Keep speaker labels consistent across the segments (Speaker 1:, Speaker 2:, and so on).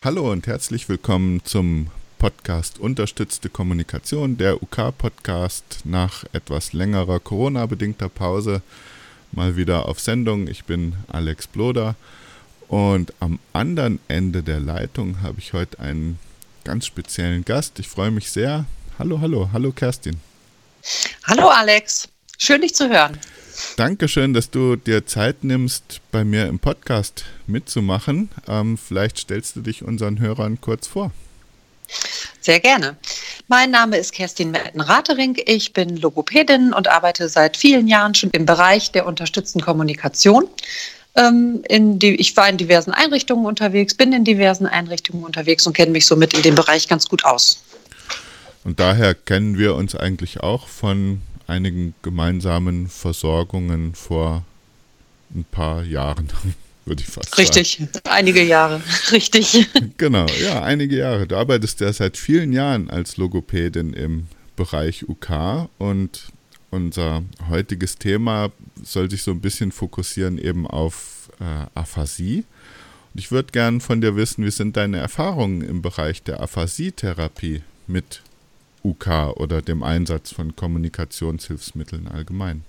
Speaker 1: Hallo und herzlich willkommen zum Podcast Unterstützte Kommunikation, der UK-Podcast nach etwas längerer Corona-bedingter Pause mal wieder auf Sendung. Ich bin Alex Bloder und am anderen Ende der Leitung habe ich heute einen ganz speziellen Gast. Ich freue mich sehr. Hallo Kerstin.
Speaker 2: Hallo Alex, schön dich zu hören.
Speaker 1: Dankeschön, dass du dir Zeit nimmst, bei mir im Podcast mitzumachen. Vielleicht stellst du dich unseren Hörern kurz vor.
Speaker 2: Sehr gerne. Mein Name ist Kerstin Metten-Ratering. Ich bin Logopädin und arbeite seit vielen Jahren schon im Bereich der unterstützten Kommunikation. Ich war in diversen Einrichtungen unterwegs, bin in diversen Einrichtungen unterwegs und kenne mich somit in dem Bereich ganz gut aus.
Speaker 1: Und daher kennen wir uns eigentlich auch von einigen gemeinsamen Versorgungen vor ein paar Jahren, würde ich fast sagen.
Speaker 2: Richtig, einige Jahre, richtig.
Speaker 1: Genau, ja, einige Jahre. Du arbeitest ja seit vielen Jahren als Logopädin im Bereich UK und unser heutiges Thema soll sich so ein bisschen fokussieren eben auf Aphasie. Und ich würde gern von dir wissen, wie sind deine Erfahrungen im Bereich der Aphasietherapie mit UK oder dem Einsatz von Kommunikationshilfsmitteln allgemein?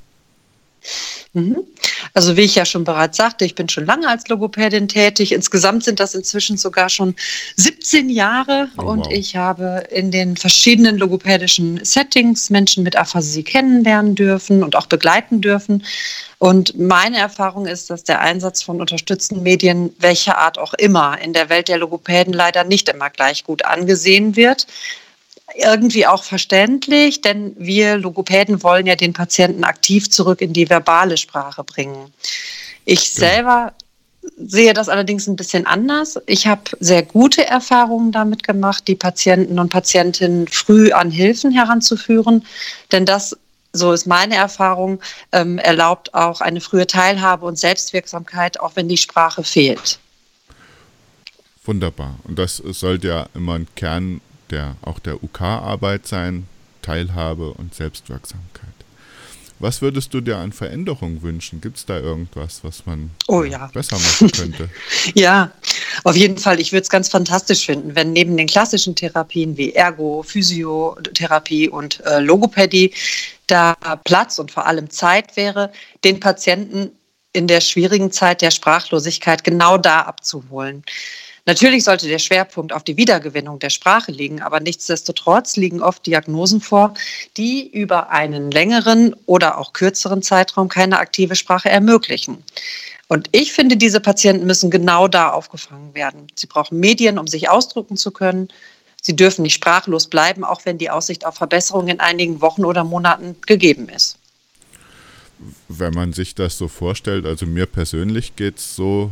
Speaker 2: Also wie ich ja schon bereits sagte, ich bin schon lange als Logopädin tätig. Insgesamt sind das inzwischen sogar schon 17 Jahre und ich habe in den verschiedenen logopädischen Settings Menschen mit Aphasie kennenlernen dürfen und auch begleiten dürfen. Und meine Erfahrung ist, dass der Einsatz von unterstützenden Medien, welcher Art auch immer, in der Welt der Logopäden leider nicht immer gleich gut angesehen wird. Irgendwie auch verständlich, denn wir Logopäden wollen ja den Patienten aktiv zurück in die verbale Sprache bringen. Ich selber sehe das allerdings ein bisschen anders. Ich habe sehr gute Erfahrungen damit gemacht, die Patienten und Patientinnen früh an Hilfen heranzuführen, denn das, so ist meine Erfahrung, erlaubt auch eine frühe Teilhabe und Selbstwirksamkeit, auch wenn die Sprache fehlt.
Speaker 1: Wunderbar. Und das sollte ja immer ein Kern auch der UK-Arbeit sein, Teilhabe und Selbstwirksamkeit. Was würdest du dir an Veränderungen wünschen? Gibt es da irgendwas, was man besser machen könnte?
Speaker 2: Ja, auf jeden Fall. Ich würde es ganz fantastisch finden, wenn neben den klassischen Therapien wie Ergo, Physiotherapie und Logopädie da Platz und vor allem Zeit wäre, den Patienten in der schwierigen Zeit der Sprachlosigkeit genau da abzuholen. Natürlich sollte der Schwerpunkt auf die Wiedergewinnung der Sprache liegen, aber nichtsdestotrotz liegen oft Diagnosen vor, die über einen längeren oder auch kürzeren Zeitraum keine aktive Sprache ermöglichen. Und ich finde, diese Patienten müssen genau da aufgefangen werden. Sie brauchen Medien, um sich ausdrücken zu können. Sie dürfen nicht sprachlos bleiben, auch wenn die Aussicht auf Verbesserung in einigen Wochen oder Monaten gegeben ist.
Speaker 1: Wenn man sich das so vorstellt, also mir persönlich geht es so,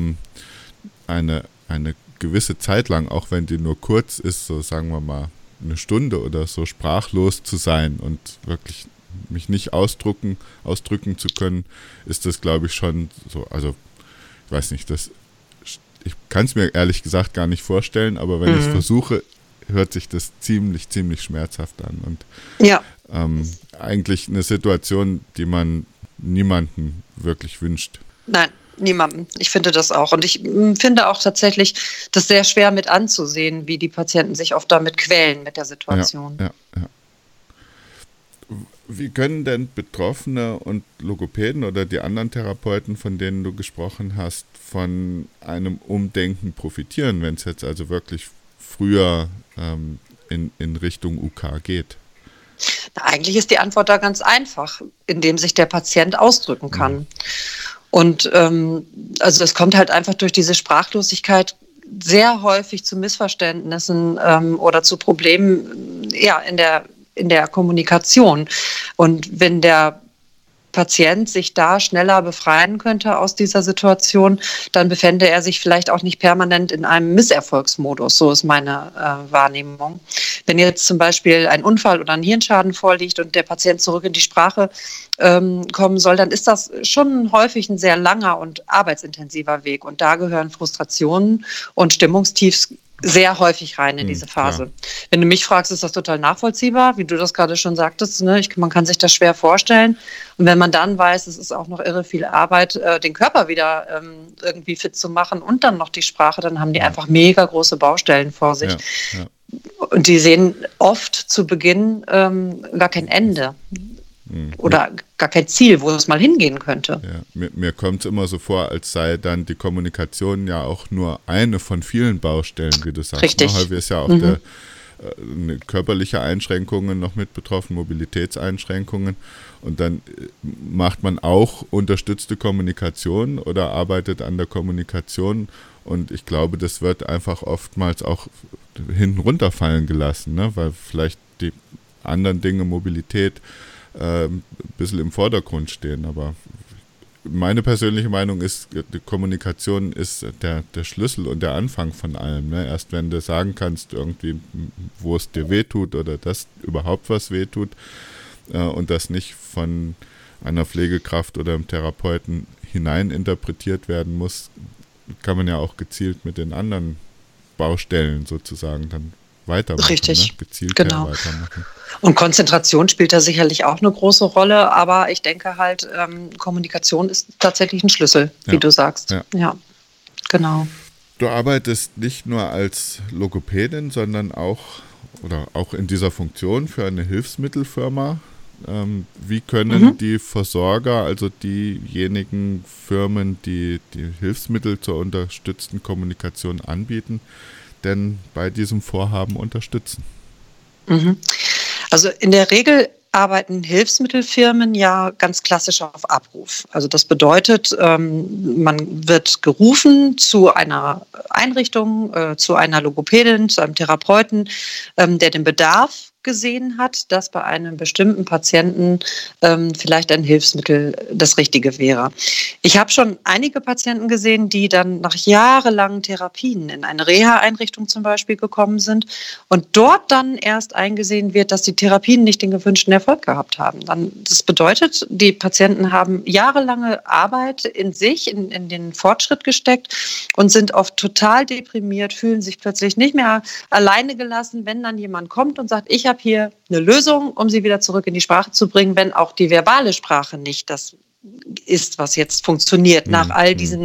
Speaker 1: eine gewisse Zeit lang, auch wenn die nur kurz ist, so sagen wir mal eine Stunde oder so, sprachlos zu sein und wirklich mich nicht ausdrücken zu können, ist das, glaube ich, schon so, also ich weiß nicht, ich kann es mir ehrlich gesagt gar nicht vorstellen, aber wenn ich es versuche, hört sich das ziemlich schmerzhaft an und eigentlich eine Situation, die man niemandem wirklich wünscht.
Speaker 2: Nein. Niemandem. Ich finde das auch. Und ich finde auch tatsächlich das sehr schwer mit anzusehen, wie die Patienten sich oft damit quälen mit der Situation.
Speaker 1: Ja. Wie können denn Betroffene und Logopäden oder die anderen Therapeuten, von denen du gesprochen hast, von einem Umdenken profitieren, wenn es jetzt also wirklich früher in Richtung UK geht?
Speaker 2: Eigentlich ist die Antwort da ganz einfach, indem sich der Patient ausdrücken kann. Und also es kommt halt einfach durch diese Sprachlosigkeit sehr häufig zu Missverständnissen oder zu Problemen in der Kommunikation. Und wenn der Patient sich da schneller befreien könnte aus dieser Situation, dann befände er sich vielleicht auch nicht permanent in einem Misserfolgsmodus. So ist meine Wahrnehmung. Wenn jetzt zum Beispiel ein Unfall oder ein Hirnschaden vorliegt und der Patient zurück in die Sprache kommen soll, dann ist das schon häufig ein sehr langer und arbeitsintensiver Weg. Und da gehören Frustrationen und Stimmungstiefs sehr häufig rein in diese Phase. Klar. Wenn du mich fragst, ist das total nachvollziehbar, wie du das gerade schon sagtest. Ne? Man kann sich das schwer vorstellen. Und wenn man dann weiß, es ist auch noch irre viel Arbeit, den Körper wieder irgendwie fit zu machen und dann noch die Sprache, dann haben die einfach mega große Baustellen vor sich.
Speaker 1: Ja.
Speaker 2: Und die sehen oft zu Beginn gar kein Ende. Oder gar kein Ziel, wo es mal hingehen könnte.
Speaker 1: Ja, mir kommt es immer so vor, als sei dann die Kommunikation ja auch nur eine von vielen Baustellen, wie du sagst.
Speaker 2: Richtig.
Speaker 1: Häufig ist ja auch körperliche Einschränkungen noch mit betroffen, Mobilitätseinschränkungen. Und dann macht man auch unterstützte Kommunikation oder arbeitet an der Kommunikation. Und ich glaube, das wird einfach oftmals auch hinten runterfallen gelassen, ne? Weil vielleicht die anderen Dinge, Mobilität, ein bisschen im Vordergrund stehen, aber meine persönliche Meinung ist, die Kommunikation ist der Schlüssel und der Anfang von allem. Ne? Erst wenn du sagen kannst, irgendwie, wo es dir wehtut oder dass überhaupt was wehtut und das nicht von einer Pflegekraft oder einem Therapeuten hineininterpretiert werden muss, kann man ja auch gezielt mit den anderen Baustellen sozusagen dann weitermachen.
Speaker 2: Richtig,
Speaker 1: ne? Gezielt
Speaker 2: genau.
Speaker 1: weitermachen.
Speaker 2: Und Konzentration spielt da sicherlich auch eine große Rolle, aber ich denke halt, Kommunikation ist tatsächlich ein Schlüssel, wie du sagst. Ja, genau.
Speaker 1: Du arbeitest nicht nur als Logopädin, sondern auch in dieser Funktion für eine Hilfsmittelfirma. Wie können die Versorger, also diejenigen Firmen, die Hilfsmittel zur unterstützten Kommunikation anbieten, denn bei diesem Vorhaben unterstützen?
Speaker 2: Also in der Regel arbeiten Hilfsmittelfirmen ja ganz klassisch auf Abruf. Also das bedeutet, man wird gerufen zu einer Einrichtung, zu einer Logopädin, zu einem Therapeuten, der den Bedarf gesehen hat, dass bei einem bestimmten Patienten vielleicht ein Hilfsmittel das Richtige wäre. Ich habe schon einige Patienten gesehen, die dann nach jahrelangen Therapien in eine Reha-Einrichtung zum Beispiel gekommen sind und dort dann erst eingesehen wird, dass die Therapien nicht den gewünschten Erfolg gehabt haben. Das bedeutet, die Patienten haben jahrelange Arbeit in sich, in den Fortschritt gesteckt und sind oft total deprimiert, fühlen sich plötzlich nicht mehr alleine gelassen, wenn dann jemand kommt und sagt, ich habe hier eine Lösung, um sie wieder zurück in die Sprache zu bringen, wenn auch die verbale Sprache nicht das ist, was jetzt funktioniert, nach all diesen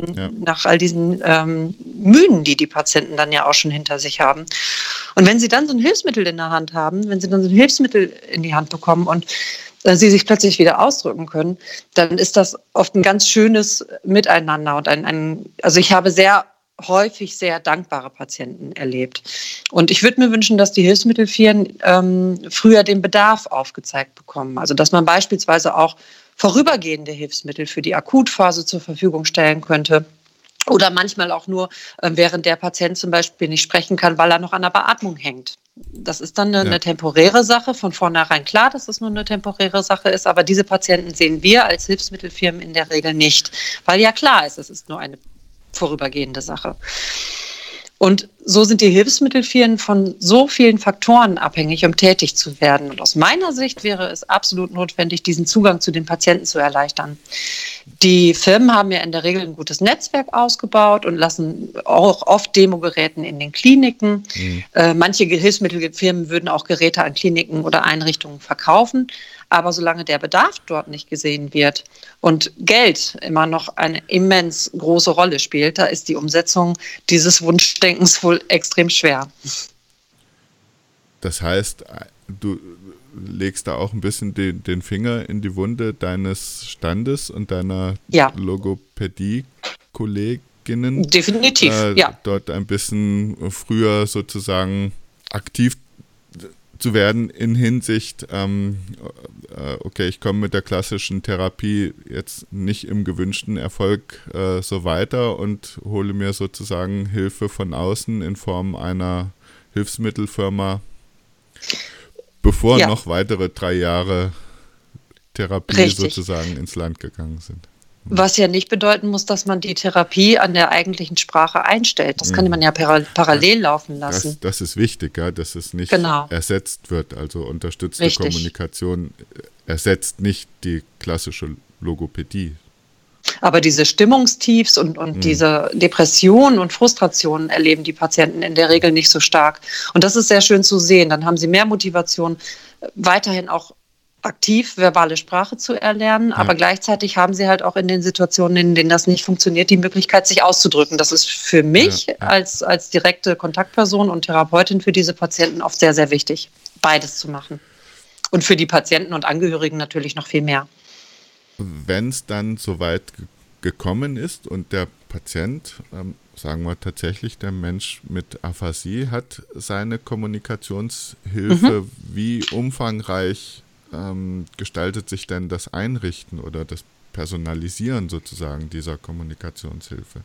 Speaker 2: Mühen, die Patienten dann ja auch schon hinter sich haben. Und wenn sie dann so ein Hilfsmittel in der Hand haben, wenn sie dann so ein Hilfsmittel in die Hand bekommen und sie sich plötzlich wieder ausdrücken können, dann ist das oft ein ganz schönes Miteinander und also ich habe häufig sehr dankbare Patienten erlebt. Und ich würde mir wünschen, dass die Hilfsmittelfirmen früher den Bedarf aufgezeigt bekommen. Also dass man beispielsweise auch vorübergehende Hilfsmittel für die Akutphase zur Verfügung stellen könnte. Oder manchmal auch nur, während der Patient zum Beispiel nicht sprechen kann, weil er noch an der Beatmung hängt. Das ist dann eine temporäre Sache, von vornherein klar, dass es nur eine temporäre Sache ist, aber diese Patienten sehen wir als Hilfsmittelfirmen in der Regel nicht, weil ja klar ist, es ist nur eine vorübergehende Sache. Und so sind die Hilfsmittelfirmen von so vielen Faktoren abhängig, um tätig zu werden. Und aus meiner Sicht wäre es absolut notwendig, diesen Zugang zu den Patienten zu erleichtern. Die Firmen haben ja in der Regel ein gutes Netzwerk ausgebaut und lassen auch oft Demogeräten in den Kliniken. Manche Hilfsmittelfirmen würden auch Geräte an Kliniken oder Einrichtungen verkaufen. Aber solange der Bedarf dort nicht gesehen wird und Geld immer noch eine immens große Rolle spielt, da ist die Umsetzung dieses Wunschdenkens wohl extrem schwer.
Speaker 1: Das heißt, du legst da auch ein bisschen den Finger in die Wunde deines Standes und deiner Logopädie-Kolleginnen.
Speaker 2: Definitiv,
Speaker 1: dort ein bisschen früher sozusagen aktiv zu werden in Hinsicht, okay, ich komme mit der klassischen Therapie jetzt nicht im gewünschten Erfolg so weiter und hole mir sozusagen Hilfe von außen in Form einer Hilfsmittelfirma, bevor noch weitere 3 Jahre Therapie sozusagen ins Land gegangen sind.
Speaker 2: Was ja nicht bedeuten muss, dass man die Therapie an der eigentlichen Sprache einstellt. Das kann man ja parallel laufen lassen.
Speaker 1: Das ist wichtig, ja, dass es nicht ersetzt wird. Also unterstützte Kommunikation ersetzt nicht die klassische Logopädie.
Speaker 2: Aber diese Stimmungstiefs und diese Depressionen und Frustrationen erleben die Patienten in der Regel nicht so stark. Und das ist sehr schön zu sehen. Dann haben sie mehr Motivation, weiterhin auch aktiv verbale Sprache zu erlernen, aber gleichzeitig haben sie halt auch in den Situationen, in denen das nicht funktioniert, die Möglichkeit, sich auszudrücken. Das ist für mich als direkte Kontaktperson und Therapeutin für diese Patienten oft sehr, sehr wichtig, beides zu machen. Und für die Patienten und Angehörigen natürlich noch viel mehr.
Speaker 1: Wenn es dann so weit gekommen ist und der Patient, sagen wir tatsächlich, der Mensch mit Aphasie hat seine Kommunikationshilfe, wie umfangreich gestaltet sich denn das Einrichten oder das Personalisieren sozusagen dieser Kommunikationshilfe?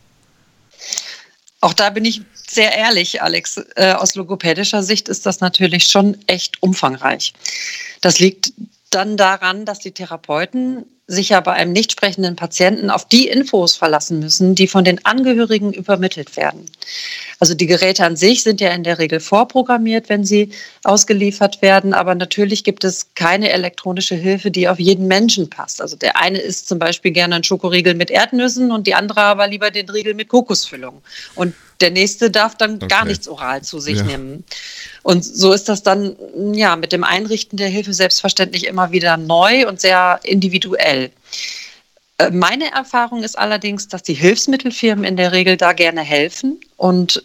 Speaker 2: Auch da bin ich sehr ehrlich, Alex. Aus logopädischer Sicht ist das natürlich schon echt umfangreich. Das liegt dann daran, dass die Therapeuten sich ja bei einem nicht sprechenden Patienten auf die Infos verlassen müssen, die von den Angehörigen übermittelt werden. Also die Geräte an sich sind ja in der Regel vorprogrammiert, wenn sie ausgeliefert werden, aber natürlich gibt es keine elektronische Hilfe, die auf jeden Menschen passt. Also der eine isst zum Beispiel gerne einen Schokoriegel mit Erdnüssen und die andere aber lieber den Riegel mit Kokosfüllung. Und der nächste darf dann gar nichts oral zu sich nehmen. Und so ist das dann mit dem Einrichten der Hilfe selbstverständlich immer wieder neu und sehr individuell. Meine Erfahrung ist allerdings, dass die Hilfsmittelfirmen in der Regel da gerne helfen und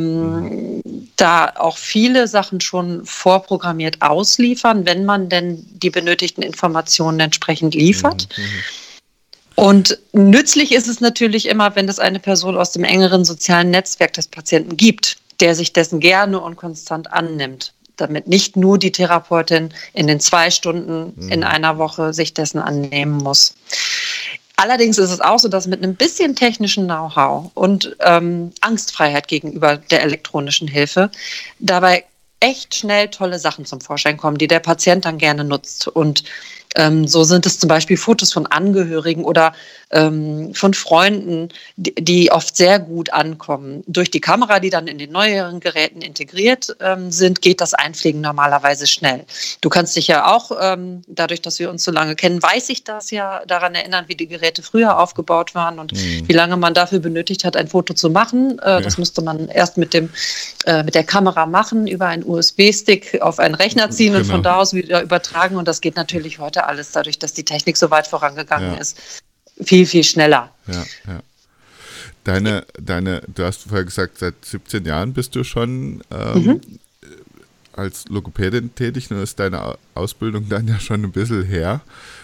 Speaker 2: da auch viele Sachen schon vorprogrammiert ausliefern, wenn man denn die benötigten Informationen entsprechend liefert. Und nützlich ist es natürlich immer, wenn es eine Person aus dem engeren sozialen Netzwerk des Patienten gibt, der sich dessen gerne und konstant annimmt, damit nicht nur die Therapeutin in den 2 Stunden in einer Woche sich dessen annehmen muss. Allerdings ist es auch so, dass mit einem bisschen technischen Know-how und Angstfreiheit gegenüber der elektronischen Hilfe dabei echt schnell tolle Sachen zum Vorschein kommen, die der Patient dann gerne nutzt. Und so sind es zum Beispiel Fotos von Angehörigen oder von Freunden, die oft sehr gut ankommen. Durch die Kamera, die dann in den neueren Geräten integriert sind, geht das Einpflegen normalerweise schnell. Du kannst dich ja auch, dadurch, dass wir uns so lange kennen, weiß ich das ja, daran erinnern, wie die Geräte früher aufgebaut waren und wie lange man dafür benötigt hat, ein Foto zu machen. Das musste man erst mit der Kamera machen, über einen USB-Stick auf einen Rechner ziehen und von da aus wieder übertragen. Und das geht natürlich heute alles, dadurch, dass die Technik so weit vorangegangen ist, viel, viel schneller.
Speaker 1: Du hast vorher gesagt, seit 17 Jahren bist du schon als Logopädin tätig, nur ist deine Ausbildung dann ja schon ein bisschen her.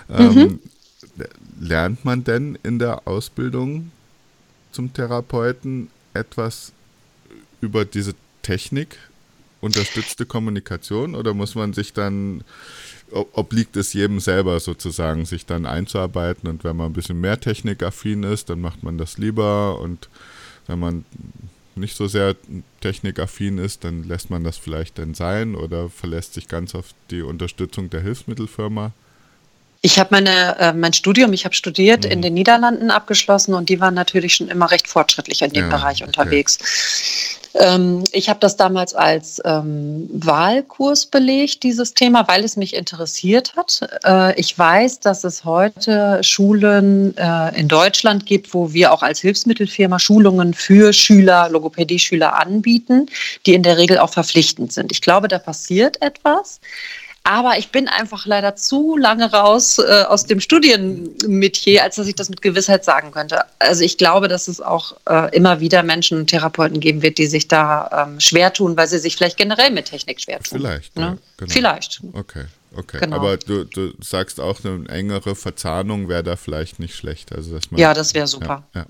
Speaker 1: Lernt man denn in der Ausbildung zum Therapeuten etwas über diese Technik, unterstützte Kommunikation, oder muss man sich dann, obliegt es jedem selber sozusagen, sich dann einzuarbeiten, und wenn man ein bisschen mehr technikaffin ist, dann macht man das lieber, und wenn man nicht so sehr technikaffin ist, dann lässt man das vielleicht dann sein oder verlässt sich ganz auf die Unterstützung der Hilfsmittelfirma?
Speaker 2: Ich habe mein Studium, ich habe studiert in den Niederlanden abgeschlossen, und die waren natürlich schon immer recht fortschrittlich in dem Bereich unterwegs. Ich habe das damals als Wahlkurs belegt, dieses Thema, weil es mich interessiert hat. Ich weiß, dass es heute Schulen in Deutschland gibt, wo wir auch als Hilfsmittelfirma Schulungen für Schüler, Logopädie-Schüler anbieten, die in der Regel auch verpflichtend sind. Ich glaube, da passiert etwas. Aber ich bin einfach leider zu lange raus aus dem Studienmetier, als dass ich das mit Gewissheit sagen könnte. Also ich glaube, dass es auch immer wieder Menschen und Therapeuten geben wird, die sich da schwer tun, weil sie sich vielleicht generell mit Technik schwer tun.
Speaker 1: Vielleicht,
Speaker 2: ne?
Speaker 1: Ja, genau.
Speaker 2: Vielleicht.
Speaker 1: Okay.
Speaker 2: Genau.
Speaker 1: Aber du sagst auch, eine engere Verzahnung wäre da vielleicht nicht schlecht. Also, dass man,
Speaker 2: ja, das wäre super.
Speaker 1: Ja.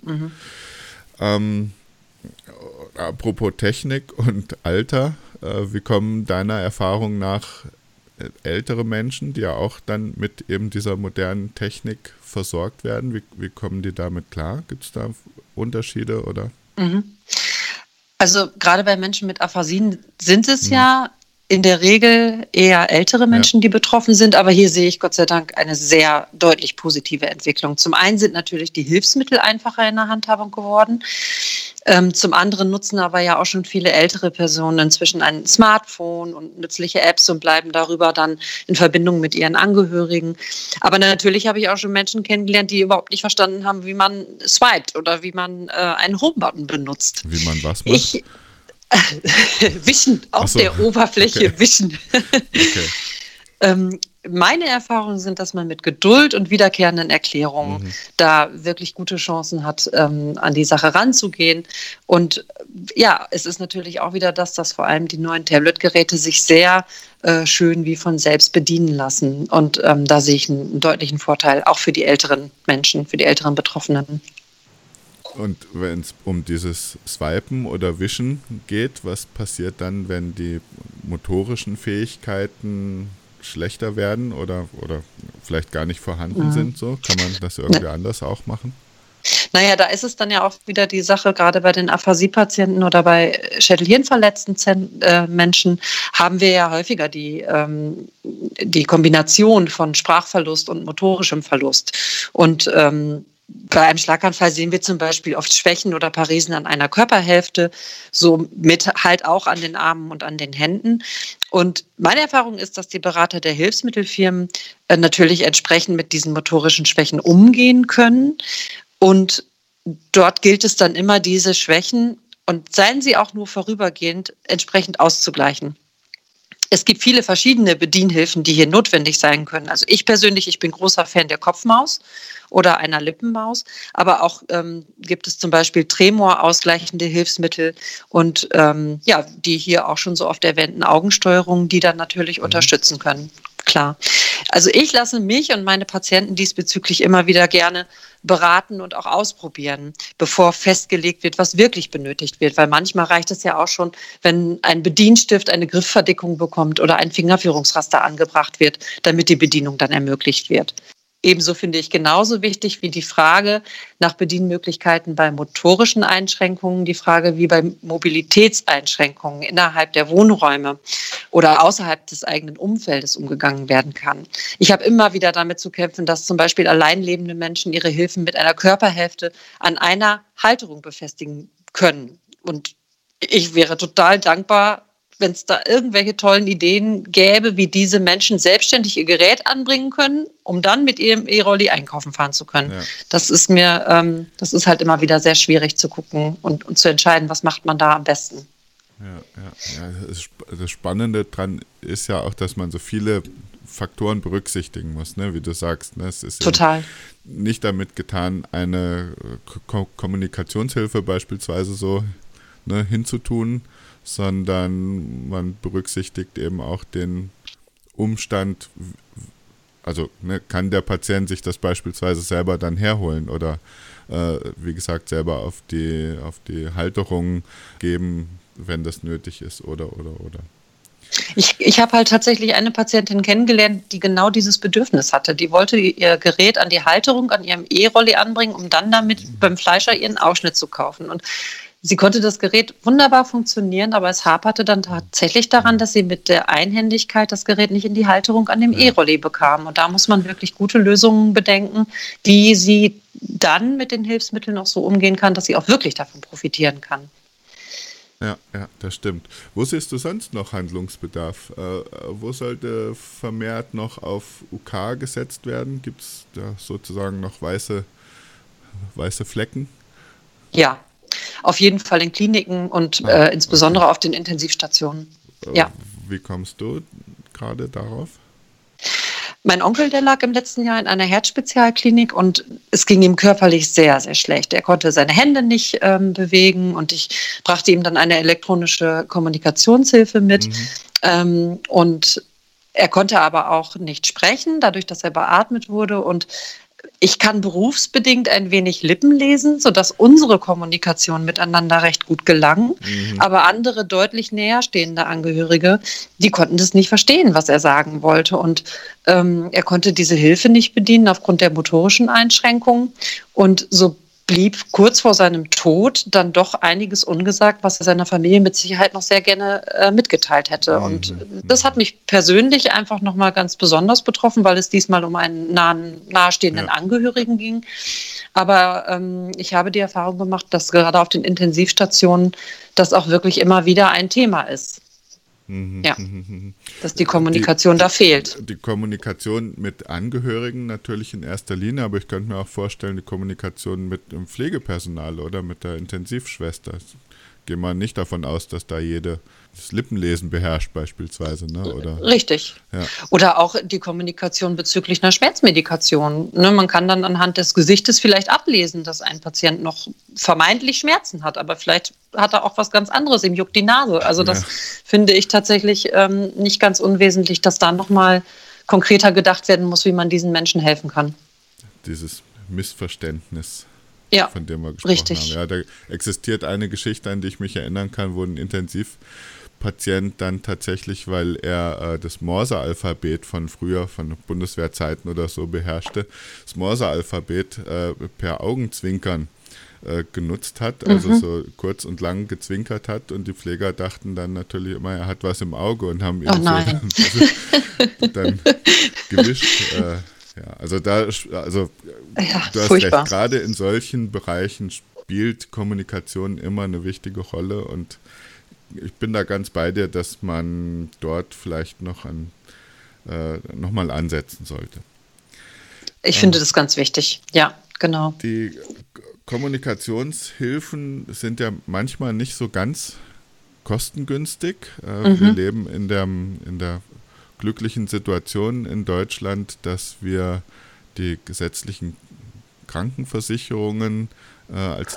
Speaker 1: Apropos Technik und Alter, wie kommen deiner Erfahrung nach ältere Menschen, die ja auch dann mit eben dieser modernen Technik versorgt werden, wie kommen die damit klar? Gibt es da Unterschiede, oder?
Speaker 2: Also gerade bei Menschen mit Aphasien sind es ja in der Regel eher ältere Menschen, die betroffen sind, aber hier sehe ich Gott sei Dank eine sehr deutlich positive Entwicklung. Zum einen sind natürlich die Hilfsmittel einfacher in der Handhabung geworden. Zum anderen nutzen aber ja auch schon viele ältere Personen inzwischen ein Smartphone und nützliche Apps und bleiben darüber dann in Verbindung mit ihren Angehörigen. Aber natürlich habe ich auch schon Menschen kennengelernt, die überhaupt nicht verstanden haben, wie man swiped oder wie man einen Home-Button benutzt.
Speaker 1: Wie man was macht?
Speaker 2: Wischen, auf der Oberfläche wischen.
Speaker 1: Okay.
Speaker 2: Meine Erfahrungen sind, dass man mit Geduld und wiederkehrenden Erklärungen da wirklich gute Chancen hat, an die Sache ranzugehen. Und ja, es ist natürlich auch wieder das, dass vor allem die neuen Tablet-Geräte sich sehr schön wie von selbst bedienen lassen. Und da sehe ich einen deutlichen Vorteil, auch für die älteren Menschen, für die älteren Betroffenen.
Speaker 1: Und wenn es um dieses Swipen oder Wischen geht, was passiert dann, wenn die motorischen Fähigkeiten schlechter werden oder vielleicht gar nicht vorhanden sind? So? Kann man das irgendwie anders auch machen?
Speaker 2: Naja, da ist es dann ja auch wieder die Sache, gerade bei den Aphasie-Patienten oder bei schädelhirnverletzten Menschen haben wir ja häufiger die Kombination von Sprachverlust und motorischem Verlust. Und bei einem Schlaganfall sehen wir zum Beispiel oft Schwächen oder Paresen an einer Körperhälfte, so mit halt auch an den Armen und an den Händen. Und meine Erfahrung ist, dass die Berater der Hilfsmittelfirmen natürlich entsprechend mit diesen motorischen Schwächen umgehen können. Und dort gilt es dann immer, diese Schwächen, und seien sie auch nur vorübergehend, entsprechend auszugleichen. Es gibt viele verschiedene Bedienhilfen, die hier notwendig sein können. Also ich persönlich, ich bin großer Fan der Kopfmaus oder einer Lippenmaus, aber auch gibt es zum Beispiel Tremor ausgleichende Hilfsmittel und die hier auch schon so oft erwähnten Augensteuerungen, die dann natürlich unterstützen können. Klar. Also ich lasse mich und meine Patienten diesbezüglich immer wieder gerne beraten und auch ausprobieren, bevor festgelegt wird, was wirklich benötigt wird. Weil manchmal reicht es ja auch schon, wenn ein Bedienstift eine Griffverdickung bekommt oder ein Fingerführungsraster angebracht wird, damit die Bedienung dann ermöglicht wird. Ebenso finde ich genauso wichtig wie die Frage nach Bedienmöglichkeiten bei motorischen Einschränkungen, die Frage, wie bei Mobilitätseinschränkungen innerhalb der Wohnräume oder außerhalb des eigenen Umfeldes umgegangen werden kann. Ich habe immer wieder damit zu kämpfen, dass zum Beispiel allein lebende Menschen ihre Hilfen mit einer Körperhälfte an einer Halterung befestigen können. Und ich wäre total dankbar, wenn es da irgendwelche tollen Ideen gäbe, wie diese Menschen selbstständig ihr Gerät anbringen können, um dann mit ihrem E-Rolli einkaufen fahren zu können. Ja. Das ist halt immer wieder sehr schwierig zu gucken und zu entscheiden, was macht man da am besten.
Speaker 1: Ja. Das Spannende dran ist ja auch, dass man so viele Faktoren berücksichtigen muss, ne? Wie du sagst. Ne? Es ist
Speaker 2: total
Speaker 1: nicht damit getan, eine Kommunikationshilfe beispielsweise so hinzutun, sondern man berücksichtigt eben auch den Umstand, also kann der Patient sich das beispielsweise selber dann herholen oder wie gesagt selber auf die Halterung geben, wenn das nötig ist oder.
Speaker 2: Ich habe halt tatsächlich eine Patientin kennengelernt, die genau dieses Bedürfnis hatte. Die wollte ihr Gerät an die Halterung, an ihrem E-Rolli anbringen, um dann damit beim Fleischer ihren Ausschnitt zu kaufen. Und sie konnte das Gerät wunderbar funktionieren, aber es haperte dann tatsächlich daran, dass sie mit der Einhändigkeit das Gerät nicht in die Halterung an dem E-Rolli bekam. Und da muss man wirklich gute Lösungen bedenken, wie sie dann mit den Hilfsmitteln auch so umgehen kann, dass sie auch wirklich davon profitieren kann.
Speaker 1: Ja, das stimmt. Wo siehst du sonst noch Handlungsbedarf? Wo sollte vermehrt noch auf UK gesetzt werden? Gibt es da sozusagen noch weiße Flecken?
Speaker 2: Ja, auf jeden Fall in Kliniken und insbesondere auf den Intensivstationen. Ja.
Speaker 1: Wie kommst du gerade darauf?
Speaker 2: Mein Onkel, der lag im letzten Jahr in einer Herzspezialklinik und es ging ihm körperlich sehr, sehr schlecht. Er konnte seine Hände nicht bewegen und ich brachte ihm dann eine elektronische Kommunikationshilfe mit. Und er konnte aber auch nicht sprechen, dadurch, dass er beatmet wurde. Und ich kann berufsbedingt ein wenig Lippen lesen, sodass unsere Kommunikation miteinander recht gut gelang. Aber andere deutlich näher stehende Angehörige, die konnten das nicht verstehen, was er sagen wollte. Und er konnte diese Hilfe nicht bedienen aufgrund der motorischen Einschränkungen. Und so blieb kurz vor seinem Tod dann doch einiges ungesagt, was er seiner Familie mit Sicherheit noch sehr gerne mitgeteilt hätte. Und das hat mich persönlich einfach nochmal ganz besonders betroffen, weil es diesmal um einen nahestehenden Angehörigen ging. Aber ich habe die Erfahrung gemacht, dass gerade auf den Intensivstationen das auch wirklich immer wieder ein Thema ist. Ja, dass die Kommunikation da fehlt.
Speaker 1: Die Kommunikation mit Angehörigen natürlich in erster Linie, aber ich könnte mir auch vorstellen, die Kommunikation mit dem Pflegepersonal oder mit der Intensivschwester. Gehen wir nicht davon aus, dass da jede das Lippenlesen beherrscht beispielsweise, ne? Oder?
Speaker 2: Richtig. Ja. Oder auch die Kommunikation bezüglich einer Schmerzmedikation. Ne? Man kann dann anhand des Gesichtes vielleicht ablesen, dass ein Patient noch vermeintlich Schmerzen hat, aber vielleicht hat er auch was ganz anderes, ihm juckt die Nase. Also das finde ich tatsächlich nicht ganz unwesentlich, dass da nochmal konkreter gedacht werden muss, wie man diesen Menschen helfen kann.
Speaker 1: Dieses Missverständnis.
Speaker 2: Ja,
Speaker 1: von dem wir gesprochen
Speaker 2: richtig.
Speaker 1: haben. Ja, da existiert eine Geschichte, an die ich mich erinnern kann, wo ein Intensivpatient dann tatsächlich, weil er das Morse-Alphabet von früher, von Bundeswehrzeiten oder so beherrschte, das Morse-Alphabet per Augenzwinkern genutzt hat, also so kurz und lang gezwinkert hat und die Pfleger dachten dann natürlich immer, er hat was im Auge und haben ihn dann gewischt. Ja, also du hast
Speaker 2: furchtbar.
Speaker 1: recht, gerade in solchen Bereichen spielt Kommunikation immer eine wichtige Rolle und ich bin da ganz bei dir, dass man dort vielleicht noch mal ansetzen sollte.
Speaker 2: Ich finde das ganz wichtig, ja, genau.
Speaker 1: Die Kommunikationshilfen sind ja manchmal nicht so ganz kostengünstig. Wir leben in der glücklichen Situation in Deutschland, dass wir die gesetzlichen Krankenversicherungen als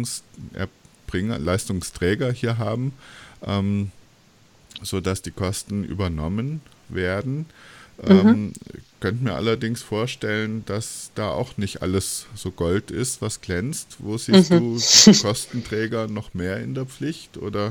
Speaker 1: Leistungsträger hier haben, sodass die Kosten übernommen werden. Könnte mir allerdings vorstellen, dass da auch nicht alles so Gold ist, was glänzt. Wo siehst du Kostenträger noch mehr in der Pflicht? Oder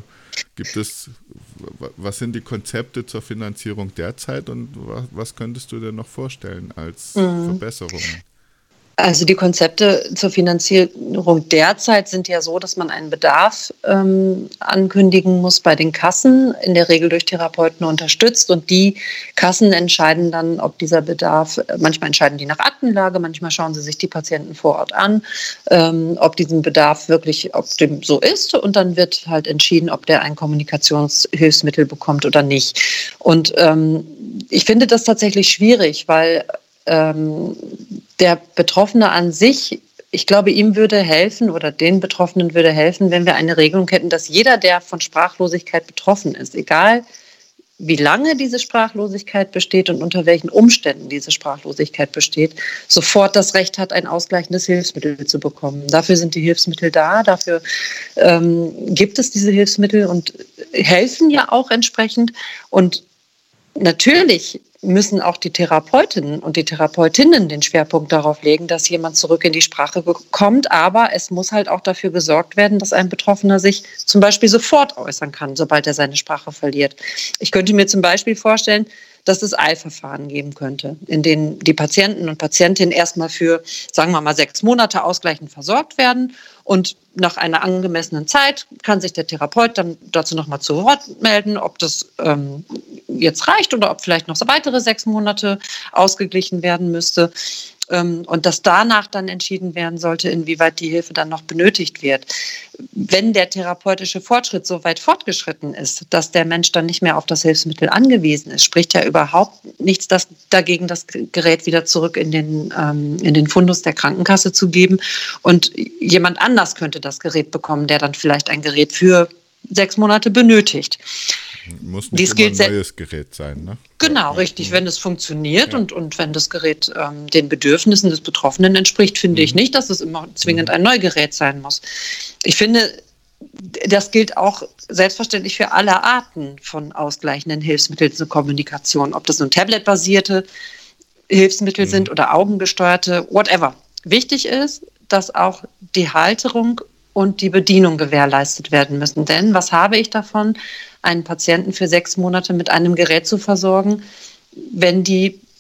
Speaker 1: was sind die Konzepte zur Finanzierung derzeit und was könntest du dir noch vorstellen als Verbesserungen?
Speaker 2: Also die Konzepte zur Finanzierung derzeit sind ja so, dass man einen Bedarf ankündigen muss bei den Kassen, in der Regel durch Therapeuten unterstützt. Und die Kassen entscheiden dann, ob dieser Bedarf, manchmal entscheiden die nach Aktenlage, manchmal schauen sie sich die Patienten vor Ort an, ob diesen Bedarf wirklich, ob dem so ist. Und dann wird halt entschieden, ob der ein Kommunikationshilfsmittel bekommt oder nicht. Und ich finde das tatsächlich schwierig, weil der Betroffene an sich, ich glaube, ihm würde helfen oder den Betroffenen würde helfen, wenn wir eine Regelung hätten, dass jeder, der von Sprachlosigkeit betroffen ist, egal wie lange diese Sprachlosigkeit besteht und unter welchen Umständen diese Sprachlosigkeit besteht, sofort das Recht hat, ein ausgleichendes Hilfsmittel zu bekommen. Dafür sind die Hilfsmittel da, dafür gibt es diese Hilfsmittel und helfen ja auch entsprechend. Und natürlich müssen auch die Therapeutinnen und die Therapeutinnen den Schwerpunkt darauf legen, dass jemand zurück in die Sprache kommt. Aber es muss halt auch dafür gesorgt werden, dass ein Betroffener sich zum Beispiel sofort äußern kann, sobald er seine Sprache verliert. Ich könnte mir zum Beispiel vorstellen, dass es Eilverfahren geben könnte, in denen die Patienten und Patientinnen erstmal für, sagen wir mal, 6 Monate ausgleichend versorgt werden. Und nach einer angemessenen Zeit kann sich der Therapeut dann dazu nochmal zu Wort melden, ob das jetzt reicht oder ob vielleicht noch weitere 6 Monate ausgeglichen werden müsste. Und dass danach dann entschieden werden sollte, inwieweit die Hilfe dann noch benötigt wird. Wenn der therapeutische Fortschritt so weit fortgeschritten ist, dass der Mensch dann nicht mehr auf das Hilfsmittel angewiesen ist, spricht ja überhaupt nichts dagegen, das Gerät wieder zurück in den Fundus der Krankenkasse zu geben. Und jemand anders könnte das Gerät bekommen, der dann vielleicht ein Gerät für 6 Monate benötigt.
Speaker 1: Muss nicht immer ein neues Gerät sein, ne?
Speaker 2: Genau, richtig. Wenn es funktioniert und wenn das Gerät den Bedürfnissen des Betroffenen entspricht, finde ich nicht, dass es immer zwingend ein Neugerät sein muss. Ich finde, das gilt auch selbstverständlich für alle Arten von ausgleichenden Hilfsmitteln zur Kommunikation. Ob das nun tabletbasierte Hilfsmittel sind oder augengesteuerte, whatever. Wichtig ist, dass auch die Halterung und die Bedienung gewährleistet werden müssen. Denn was habe ich davon, einen Patienten für 6 Monate mit einem Gerät zu versorgen, wenn die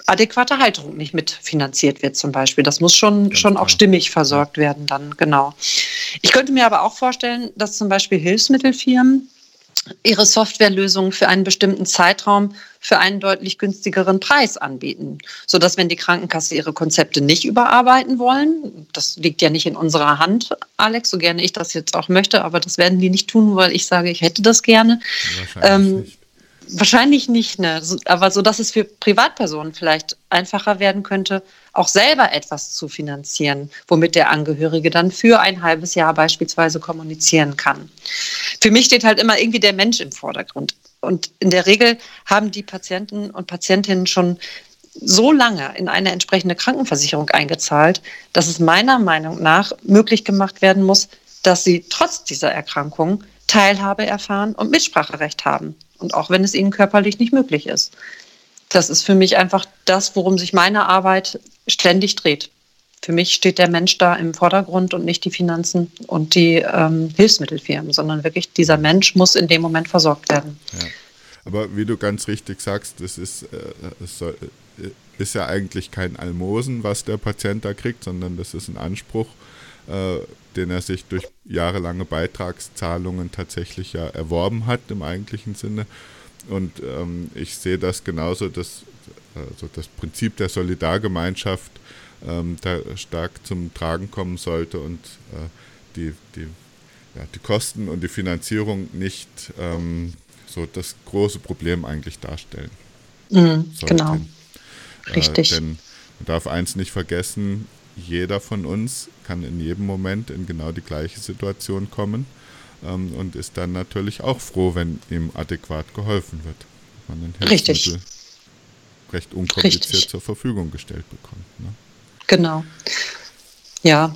Speaker 2: adäquate Halterung nicht mitfinanziert wird zum Beispiel. Das muss schon auch stimmig versorgt werden dann, genau. Ich könnte mir aber auch vorstellen, dass zum Beispiel Hilfsmittelfirmen ihre Softwarelösungen für einen bestimmten Zeitraum für einen deutlich günstigeren Preis anbieten, sodass, wenn die Krankenkasse ihre Konzepte nicht überarbeiten wollen, das liegt ja nicht in unserer Hand, Alex, so gerne ich das jetzt auch möchte, aber das werden die nicht tun, weil ich sage, ich hätte das gerne. Wahrscheinlich nicht, ne? Aber so, dass es für Privatpersonen vielleicht einfacher werden könnte, auch selber etwas zu finanzieren, womit der Angehörige dann für ein halbes Jahr beispielsweise kommunizieren kann. Für mich steht halt immer irgendwie der Mensch im Vordergrund. Und in der Regel haben die Patienten und Patientinnen schon so lange in eine entsprechende Krankenversicherung eingezahlt, dass es meiner Meinung nach möglich gemacht werden muss, dass sie trotz dieser Erkrankung Teilhabe erfahren und Mitspracherecht haben. Und auch wenn es ihnen körperlich nicht möglich ist. Das ist für mich einfach das, worum sich meine Arbeit ständig dreht. Für mich steht der Mensch da im Vordergrund und nicht die Finanzen und die Hilfsmittelfirmen, sondern wirklich dieser Mensch muss in dem Moment versorgt werden.
Speaker 1: Ja. Aber wie du ganz richtig sagst, es ist ja eigentlich kein Almosen, was der Patient da kriegt, sondern das ist ein Anspruch, den er sich durch jahrelange Beitragszahlungen tatsächlich ja erworben hat im eigentlichen Sinne. Und ich sehe das genauso, dass das Prinzip der Solidargemeinschaft da stark zum Tragen kommen sollte und die Kosten und die Finanzierung nicht so das große Problem eigentlich darstellen.
Speaker 2: Genau, richtig.
Speaker 1: Denn man darf eins nicht vergessen, jeder von uns kann in jedem Moment in genau die gleiche Situation kommen und ist dann natürlich auch froh, wenn ihm adäquat geholfen wird. Man ein Hilfsmittel recht unkompliziert zur Verfügung gestellt bekommt. Ne?
Speaker 2: Genau. Ja.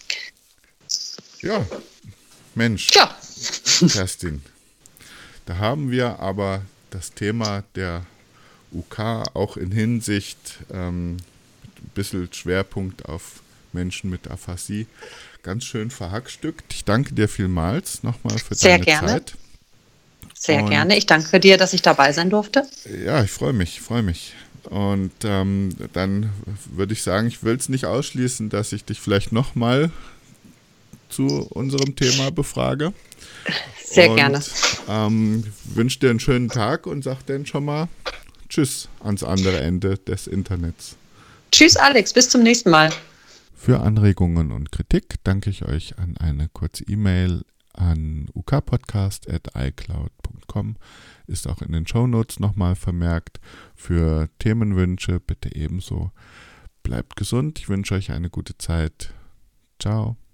Speaker 1: Ja, Mensch.
Speaker 2: Ja.
Speaker 1: Kerstin, da haben wir aber das Thema der UK auch in Hinsicht ein bisschen Schwerpunkt auf Menschen mit Aphasie ganz schön verhackstückt. Ich danke dir vielmals nochmal für deine Zeit.
Speaker 2: Sehr gerne. Ich danke dir, dass ich dabei sein durfte.
Speaker 1: Ja, ich freue mich. Und dann würde ich sagen, ich will es nicht ausschließen, dass ich dich vielleicht nochmal zu unserem Thema befrage.
Speaker 2: Sehr gerne.
Speaker 1: Wünsche dir einen schönen Tag und sag dann schon mal Tschüss ans andere Ende des Internets.
Speaker 2: Tschüss Alex, bis zum nächsten Mal.
Speaker 1: Für Anregungen und Kritik danke ich euch an eine kurze E-Mail an ukpodcast@icloud.com. Ist auch in den Shownotes nochmal vermerkt. Für Themenwünsche bitte ebenso. Bleibt gesund. Ich wünsche euch eine gute Zeit. Ciao.